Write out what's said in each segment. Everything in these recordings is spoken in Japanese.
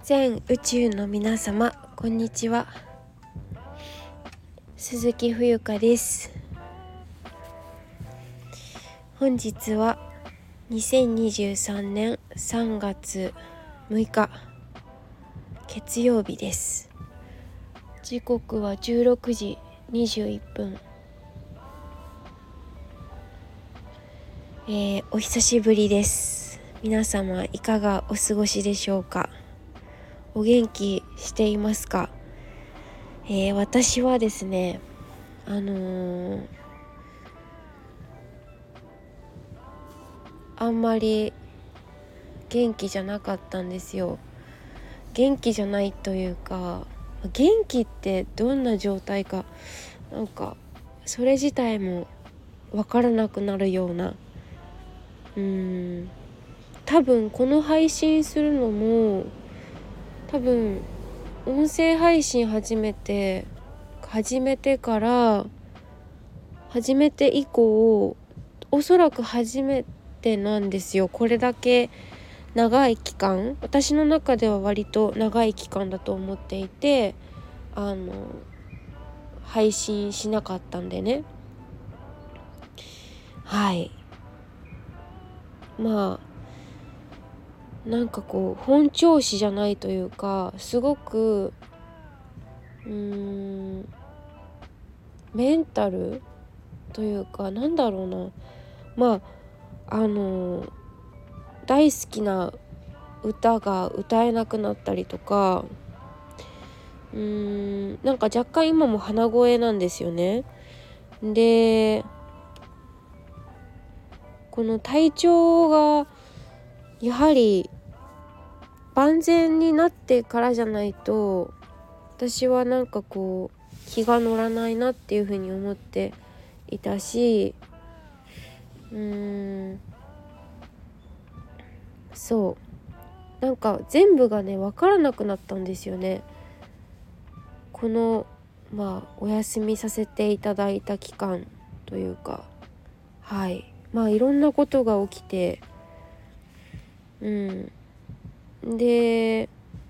全宇宙の皆様、こんにちは。鈴木冬香です。本日は2023年3月6日月曜日です。時刻は16時21分。お久しぶりです。皆様いかがお過ごしでしょうか。お元気していますか。私はですね、あんまり元気じゃなかったんですよ。元気じゃないというか、元気ってどんな状態か、それ自体もわからなくなるような、多分この配信するのも音声配信始めて以降おそらく初めてなんですよ。これだけ長い期間、私の中では割と長い期間だと思っていて、配信しなかったんでね。はい、本調子じゃないというか、すごくメンタルというか、大好きな歌が歌えなくなったりとか、若干今も鼻声なんですよね。で、この体調がやはり万全になってからじゃないと、私は気が乗らないなっていうふうに思っていたし、全部がね分からなくなったんですよね。このお休みさせていただいた期間というか、いろんなことが起きて、で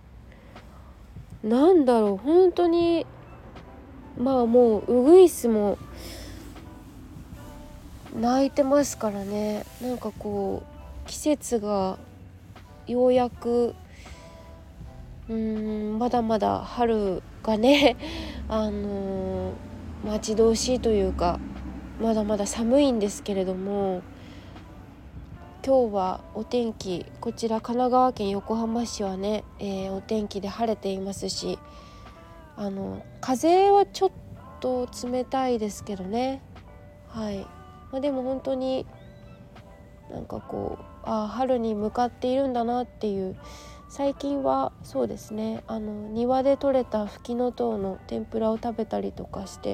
本当にもうウグイスも鳴いてますからね。季節がようやくまだまだ春がね待ち遠しいというか、まだまだ寒いんですけれども、今日はお天気、こちら神奈川県横浜市はね、お天気で晴れていますし、風はちょっと冷たいですけどね。でも本当に春に向かっているんだなっていう、最近はそうですね、庭で採れたフキノトウの天ぷらを食べたりとかして、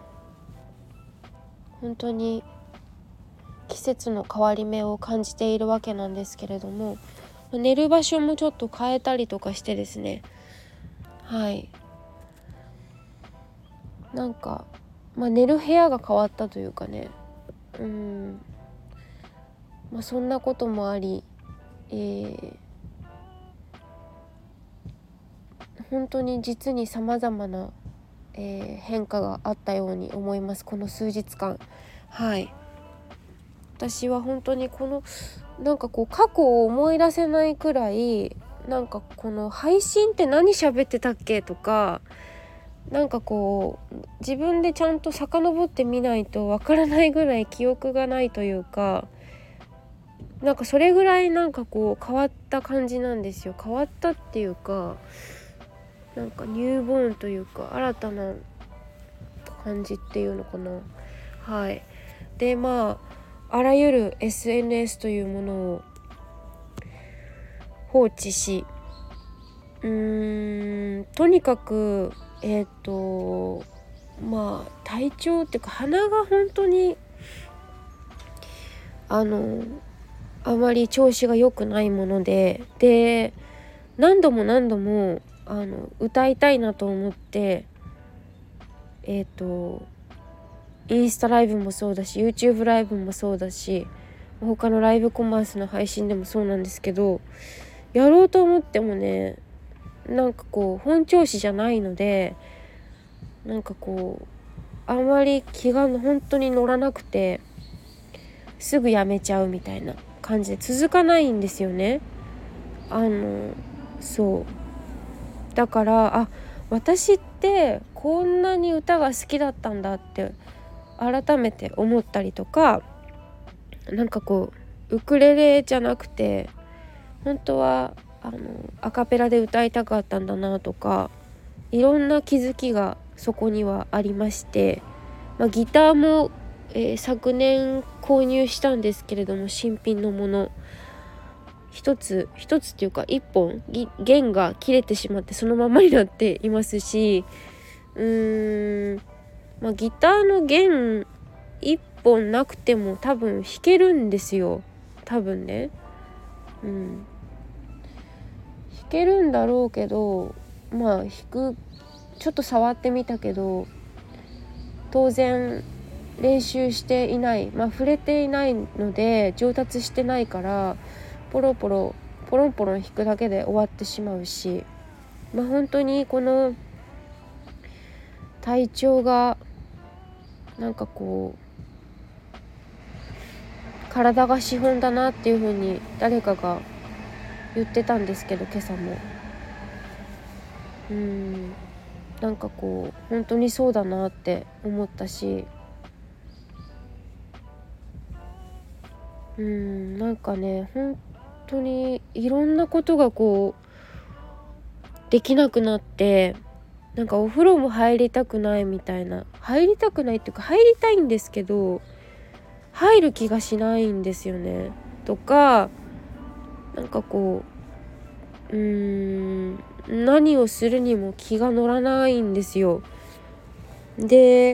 本当に季節の変わり目を感じているわけなんですけれども、寝る場所もちょっと変えたりとかしてですね、寝る部屋が変わったというかね、そんなこともあり、本当に実に様々な、変化があったように思います、この数日間。私は本当にこの過去を思い出せないくらい、この配信って何喋ってたっけとか、自分でちゃんと遡ってみないとわからないぐらい記憶がないというか、それぐらい変わった感じなんですよ。変わったっていうか、ニューボーンというか、新たな感じっていうのかな。であらゆる SNS というものを放置し、とにかく体調っていうか、鼻が本当にあまり調子が良くないもので、何度も歌いたいなと思って、インスタライブもそうだし YouTube ライブもそうだし、他のライブコマースの配信でもそうなんですけど、やろうと思ってもねなんかこう本調子じゃないので、なんかこうあまり気が本当に乗らなくて、すぐやめちゃうみたいな感じで続かないんですよね。そうだから、私ってこんなに歌が好きだったんだって改めて思ったりとか、なんかこうウクレレじゃなくて本当はアカペラで歌いたかったんだなとか、いろんな気づきがそこにはありまして、ギターも、昨年購入したんですけれども、新品のもの一つっていうか一本弦が切れてしまってそのままになっていますし、ギターの弦一本なくても多分弾けるんですよ、多分ね。弾けるんだろうけど、ちょっと触ってみたけど、当然練習していない、触れていないので上達してないから、ポロンポロン弾くだけで終わってしまうし、本当にこの体調がなんかこう体が資本だなっていう風に誰かが言ってたんですけど、今朝もなんかこう本当にそうだなって思ったし、なんかね、本当にいろんなことがこうできなくなって、なんかお風呂も入りたくないみたいな、入りたくないっていうか入りたいんですけど入る気がしないんですよねとか、なんかこう何をするにも気が乗らないんですよ。で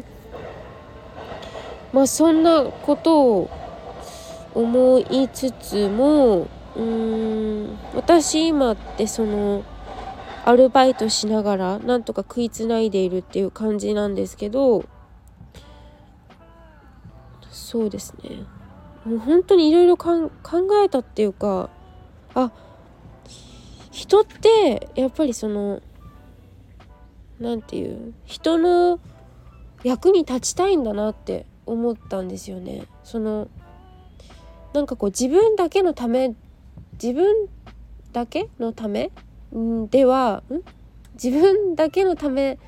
そんなことを思いつつも、私今ってそのアルバイトしながらなんとか食いつないでいるっていう感じなんですけど、そうですね、もう本当にいろいろ考えたっていうか、人ってやっぱりそのなんていう人の役に立ちたいんだなって思ったんですよね。そのなんかこう自分だけのためでは自分だけのため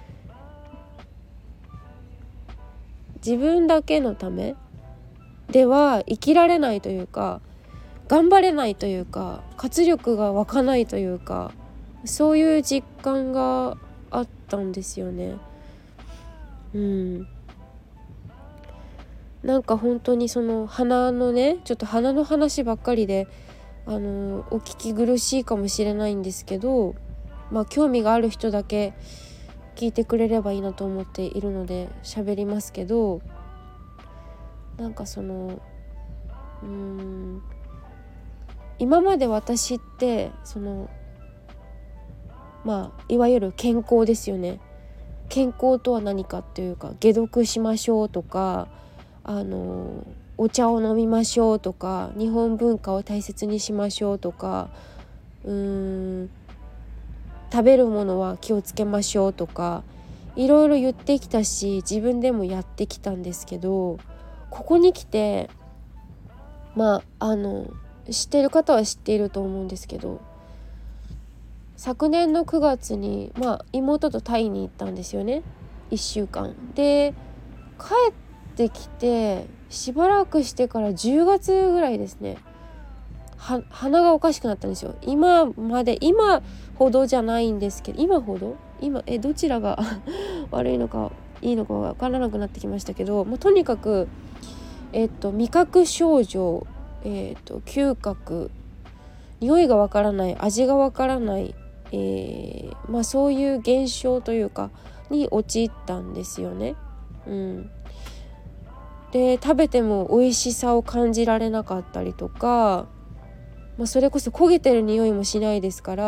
では生きられないというか、頑張れないというか、活力が湧かないというか、そういう実感があったんですよね。なんか本当にその鼻の話ばっかりでお聞き苦しいかもしれないんですけど、興味がある人だけ聞いてくれればいいなと思っているので喋りますけど、なんかその今まで私ってそのいわゆる健康ですよね。健康とは何かっていうか、解毒しましょうとかお茶を飲みましょうとか、日本文化を大切にしましょうとか、食べるものは気をつけましょうとか、いろいろ言ってきたし自分でもやってきたんですけど、ここに来て知っている方は知っていると思うんですけど、昨年の9月に妹とタイに行ったんですよね、1週間で。帰ってきてしばらくしてから10月ぐらいですね、鼻がおかしくなったんですよ。今ほどじゃないんですけど、どちらが悪いのかいいのか分からなくなってきましたけど、とにかく味覚症状、嗅覚、匂いがわからない、味がわからない、そういう現象というかに陥ったんですよね。で食べても美味しさを感じられなかったりとか、それこそ焦げてる匂いもしないですから、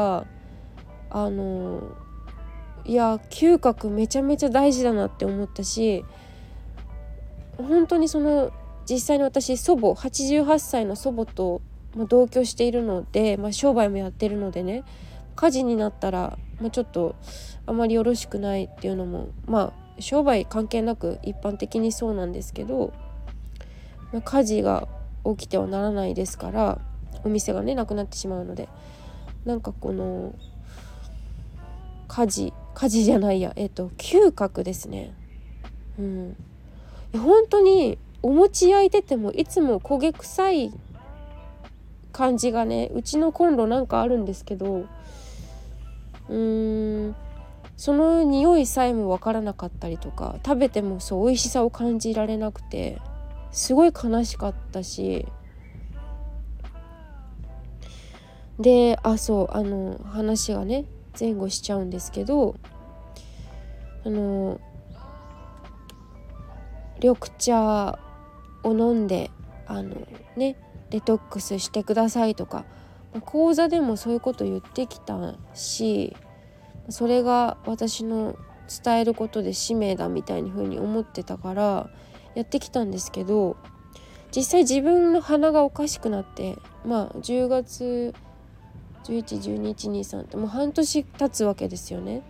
嗅覚めちゃめちゃ大事だなって思ったし、本当にその実際に私88歳の祖母と同居しているので、商売もやってるのでね、火事になったらちょっとあまりよろしくないっていうのも商売関係なく一般的にそうなんですけど、火事が起きてはならないですから、お店がねなくなってしまうので、なんかこの火事じゃないや嗅覚ですね。本当にお餅焼いててもいつも焦げ臭い感じがね、うちのコンロなんかあるんですけど、その匂いさえもわからなかったりとか、食べてもそう美味しさを感じられなくて、すごい悲しかったし、で話がね前後しちゃうんですけど、緑茶を飲んでデトックスしてくださいとか、講座でもそういうこと言ってきたし、それが私の伝えることで使命だみたいに風に思ってたからやってきたんですけど、実際自分の鼻がおかしくなって、10月11、12、1、2、3ってもう半年経つわけですよね。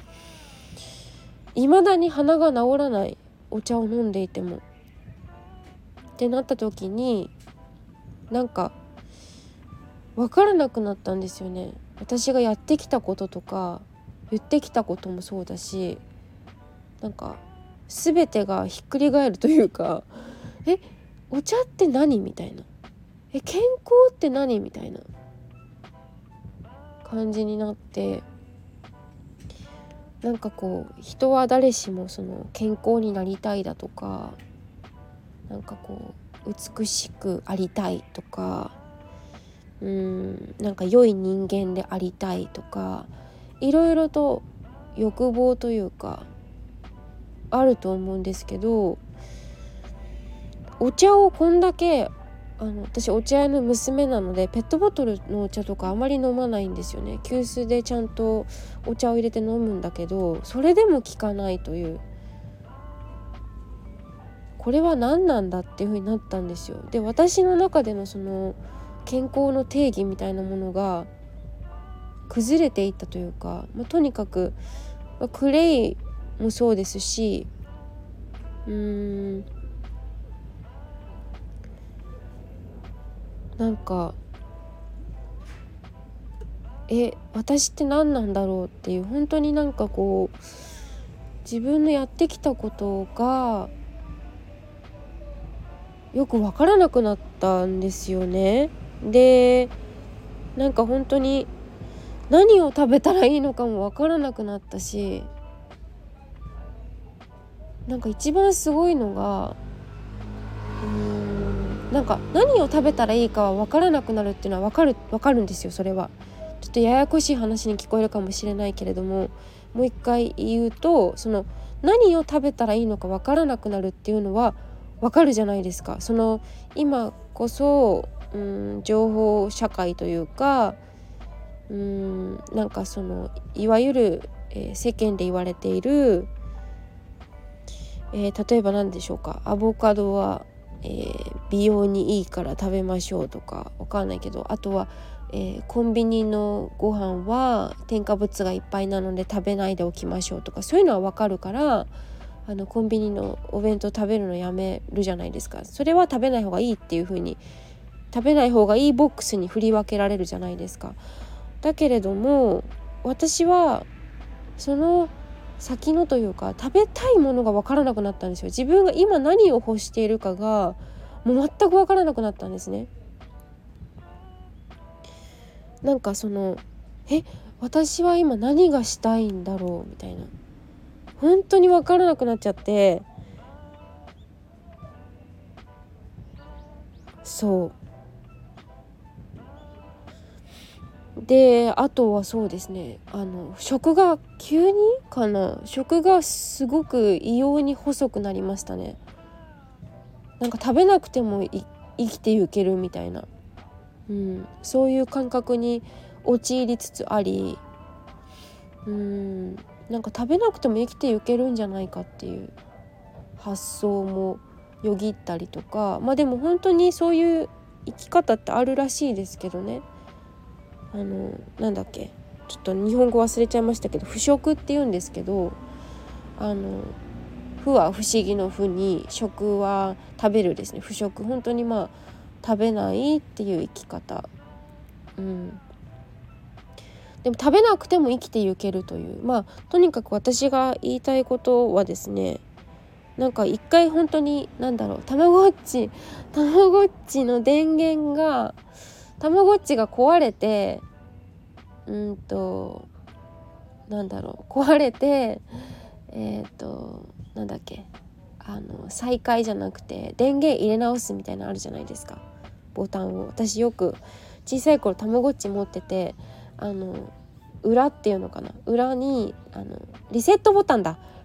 未だに鼻が治らない、お茶を飲んでいてもってなった時に、なんか分からなくなったんですよね。私がやってきたこととか言ってきたこともそうだし、なんか全てがひっくり返るというか、お茶って何みたいな、健康って何みたいな感じになって、なんかこう人は誰しもその健康になりたいだとか、なんかこう美しくありたいとか、なんか良い人間でありたいとか、いろいろと欲望というかあると思うんですけど、お茶をこんだけ私お茶屋の娘なので、ペットボトルのお茶とかあまり飲まないんですよね。急須でちゃんとお茶を入れて飲むんだけど、それでも効かないという、これは何なんだっていう風になったんですよ。で、私の中でのその健康の定義みたいなものが崩れていったというか、とにかく、クレイもそうですし、なんか私って何なんだろうっていう、本当になんかこう自分のやってきたことがよく分からなくなったんですよね。で、なんか本当に何を食べたらいいのかも分からなくなったし、なんか一番すごいのがなんか何を食べたらいいかは分からなくなるっていうのは分かるんですよ。それはちょっとややこしい話に聞こえるかもしれないけれども、もう一回言うと、その何を食べたらいいのか分からなくなるっていうのは分かるじゃないですか。その今こそ情報社会というか、なんかそのいわゆる、世間で言われている、例えば何でしょうか、アボカドは美容にいいから食べましょうとか、わかんないけど、あとは、コンビニのご飯は添加物がいっぱいなので食べないでおきましょうとか、そういうのはわかるから、コンビニのお弁当食べるのやめるじゃないですか。それは食べない方がいいっていう風に、食べない方がいいボックスに振り分けられるじゃないですか。だけれども私はその先のというか、食べたいものが分からなくなったんですよ。自分が今何を欲しているかがもう全く分からなくなったんですね。なんかその私は今何がしたいんだろうみたいな、本当に分からなくなっちゃって、そうで、あとはそうですね、食が食がすごく異様に細くなりましたね。なんか食べなくても生きていけるみたいな、そういう感覚に陥りつつあり、なんか食べなくても生きていけるんじゃないかっていう発想もよぎったりとか、でも本当にそういう生き方ってあるらしいですけどね。なんだっけ、 ちょっと日本語忘れちゃいましたけど、腐食って言うんですけど、腐は不思議の腐に食は食べるですね。腐食、本当に食べないっていう生き方、でも食べなくても生きていけるという、とにかく私が言いたいことはですね、なんか一回本当にたまごっちの電源がたまごっちが壊れて壊れて再開じゃなくて電源入れ直すみたいなのあるじゃないですか、ボタンを。私よく小さい頃たまごっち持ってて、裏っていうのかな、裏にリセットボタン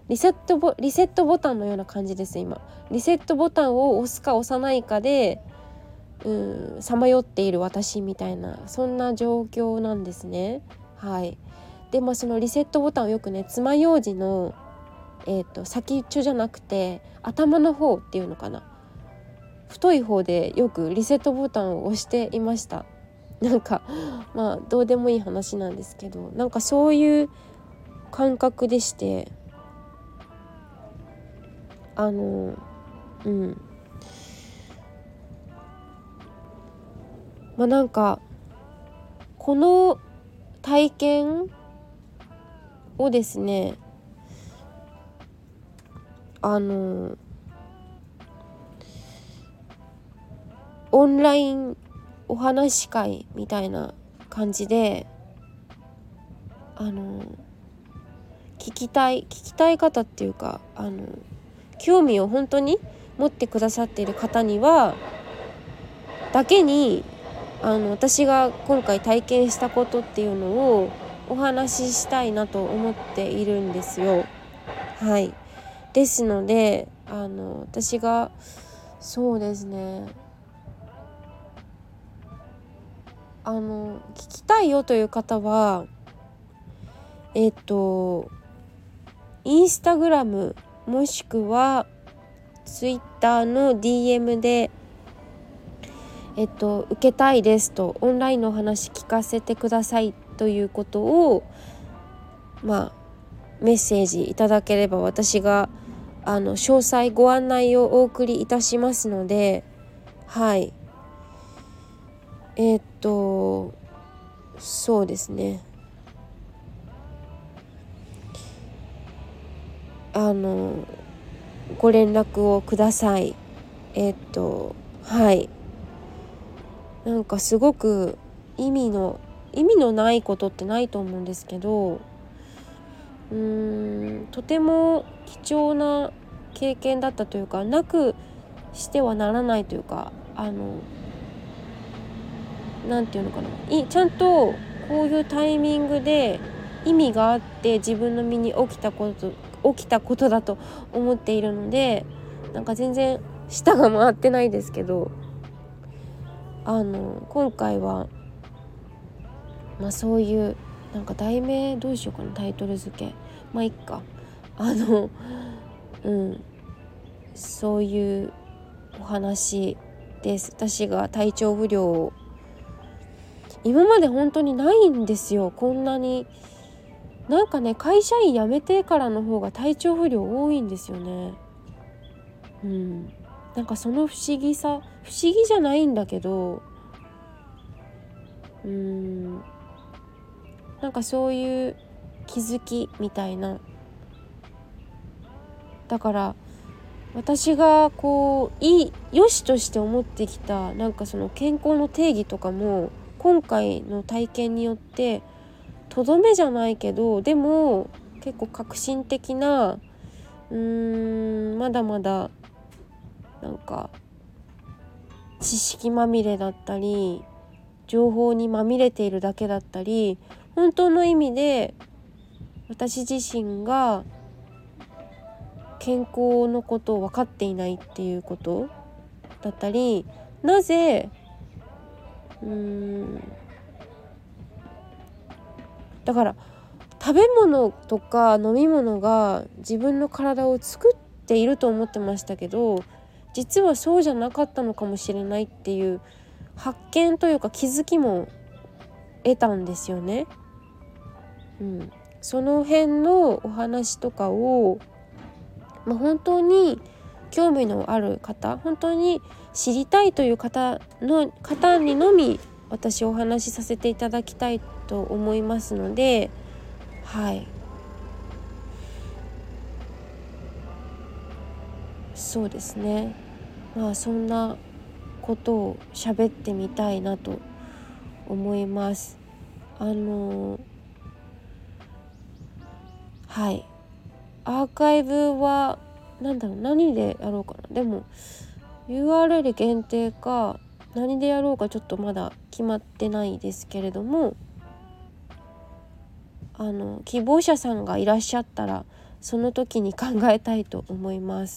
のような感じです。今リセットボタンを押すか押さないかでさまよっている私みたいな、そんな状況なんですね。はい。でそのリセットボタンをよくね、爪楊枝の先っちょじゃなくて頭の方っていうのかな、太い方でよくリセットボタンを押していました。どうでもいい話なんですけど、そういう感覚でして、この体験をですね、オンラインお話し会みたいな感じで聞きたい方っていうか、興味を本当に持ってくださっている方にはだけに私が今回体験したことっていうのをお話ししたいなと思っているんですよ。はい。ですので私がそうですね、聞きたいよという方はインスタグラムもしくはツイッターの DM で受けたいですと、オンラインのお話聞かせてくださいということをメッセージいただければ、私が詳細ご案内をお送りいたしますので、はい、そうですね、ご連絡をください。はい、すごく意味のないことってないと思うんですけど、とても貴重な経験だったというか、なくしてはならないというか、なんていうのかな、ちゃんとこういうタイミングで意味があって自分の身に起きたことだと思っているので、全然舌が回ってないですけど、今回はそういう題名どうしようかな、タイトル付けいっか、そういうお話です。私が体調不良を今まで本当にないんですよ。こんなに会社員辞めてからの方が体調不良多いんですよね。その不思議じゃないんだけど、そういう気づきみたいな、だから私が良しとして思ってきたその健康の定義とかも今回の体験によってとどめじゃないけど、でも結構革新的なまだまだ知識まみれだったり情報にまみれているだけだったり、本当の意味で私自身が健康のことを分かっていないっていうことだったり、なぜだから食べ物とか飲み物が自分の体を作っていると思ってましたけど、実はそうじゃなかったのかもしれないっていう発見というか気づきも得たんですよね。 その辺のお話とかを、本当に興味のある方、本当に知りたいという方にのみ私お話しさせていただきたいと思いますので、そうですね。そんなことを喋ってみたいなと思います。アーカイブは何でやろうかな。でも URL 限定か何でやろうかちょっとまだ決まってないですけれども、希望者さんがいらっしゃったらその時に考えたいと思います。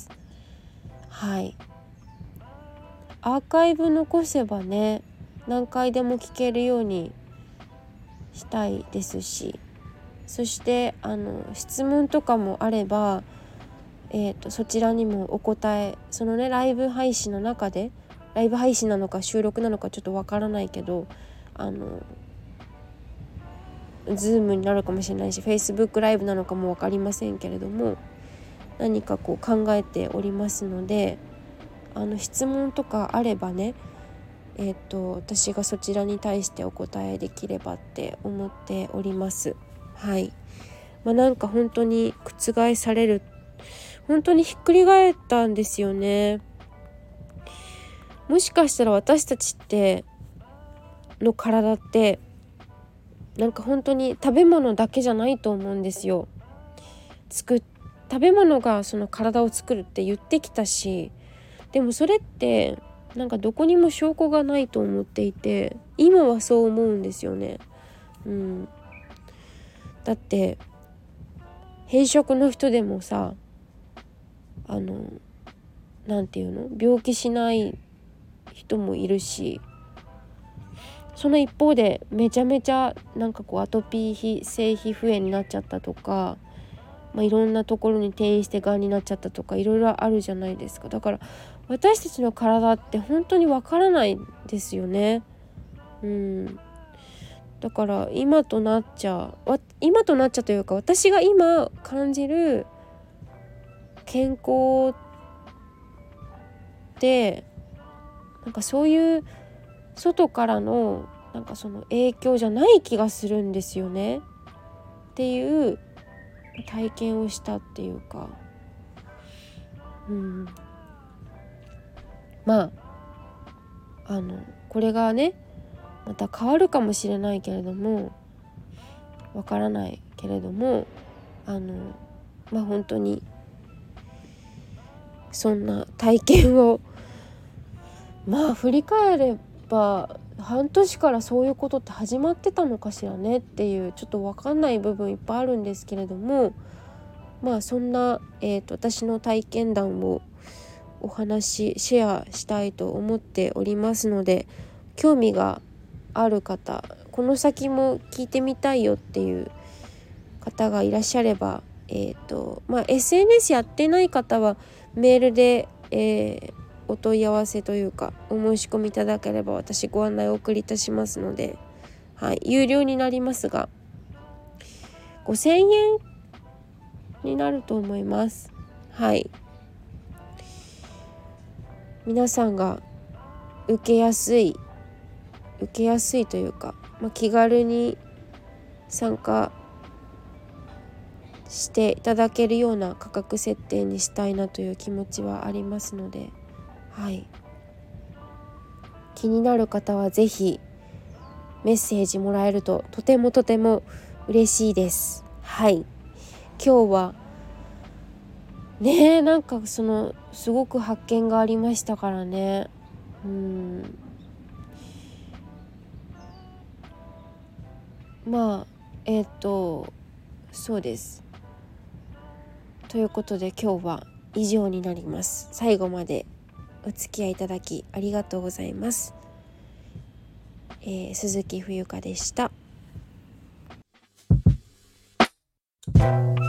アーカイブ残せばね、何回でも聞けるようにしたいですし、そして質問とかもあれば、そちらにもお答え、そのねライブ配信の中で、ライブ配信なのか収録なのかちょっとわからないけど、Zoom になるかもしれないし Facebook ライブなのかも分かりませんけれども、何か考えておりますので、質問とかあればね、私がそちらに対してお答えできればって思っております。なんか本当に覆される、本当にひっくり返ったんですよね。もしかしたら私たちの体って本当に食べ物だけじゃないと思うんですよ。食べ物がその体を作るって言ってきたし、でもそれってどこにも証拠がないと思っていて、今はそう思うんですよね。だって偏食の人でもさ、病気しない人もいるし、その一方でめちゃめちゃアトピー性皮膚炎になっちゃったとか、いろんなところに転移してがんになっちゃったとか、いろいろあるじゃないですか。だから私たちの体って本当にわからないですよね。だから今となっちゃというか、私が今感じる健康ってそういう外からのその影響じゃない気がするんですよねっていう体験をしたっていうか、これがねまた変わるかもしれないけれども、わからないけれども、本当にそんな体験を振り返れば半年からそういうことって始まってたのかしらねっていう、ちょっと分かんない部分いっぱいあるんですけれども、そんな、私の体験談をシェアしたいと思っておりますので、興味がある方、この先も聞いてみたいよっていう方がいらっしゃれば、SNS やってない方はメールで、お問い合わせというかお申し込みいただければ私ご案内をお送りいたしますので、有料になりますが5000円になると思います。皆さんが受けやすいというか、気軽に参加していただけるような価格設定にしたいなという気持ちはありますので、気になる方はぜひメッセージもらえるととても嬉しいです。今日はねすごく発見がありましたからね。そうです。ということで今日は以上になります。最後までお付き合いいただきありがとうございます。鈴木冬香でした。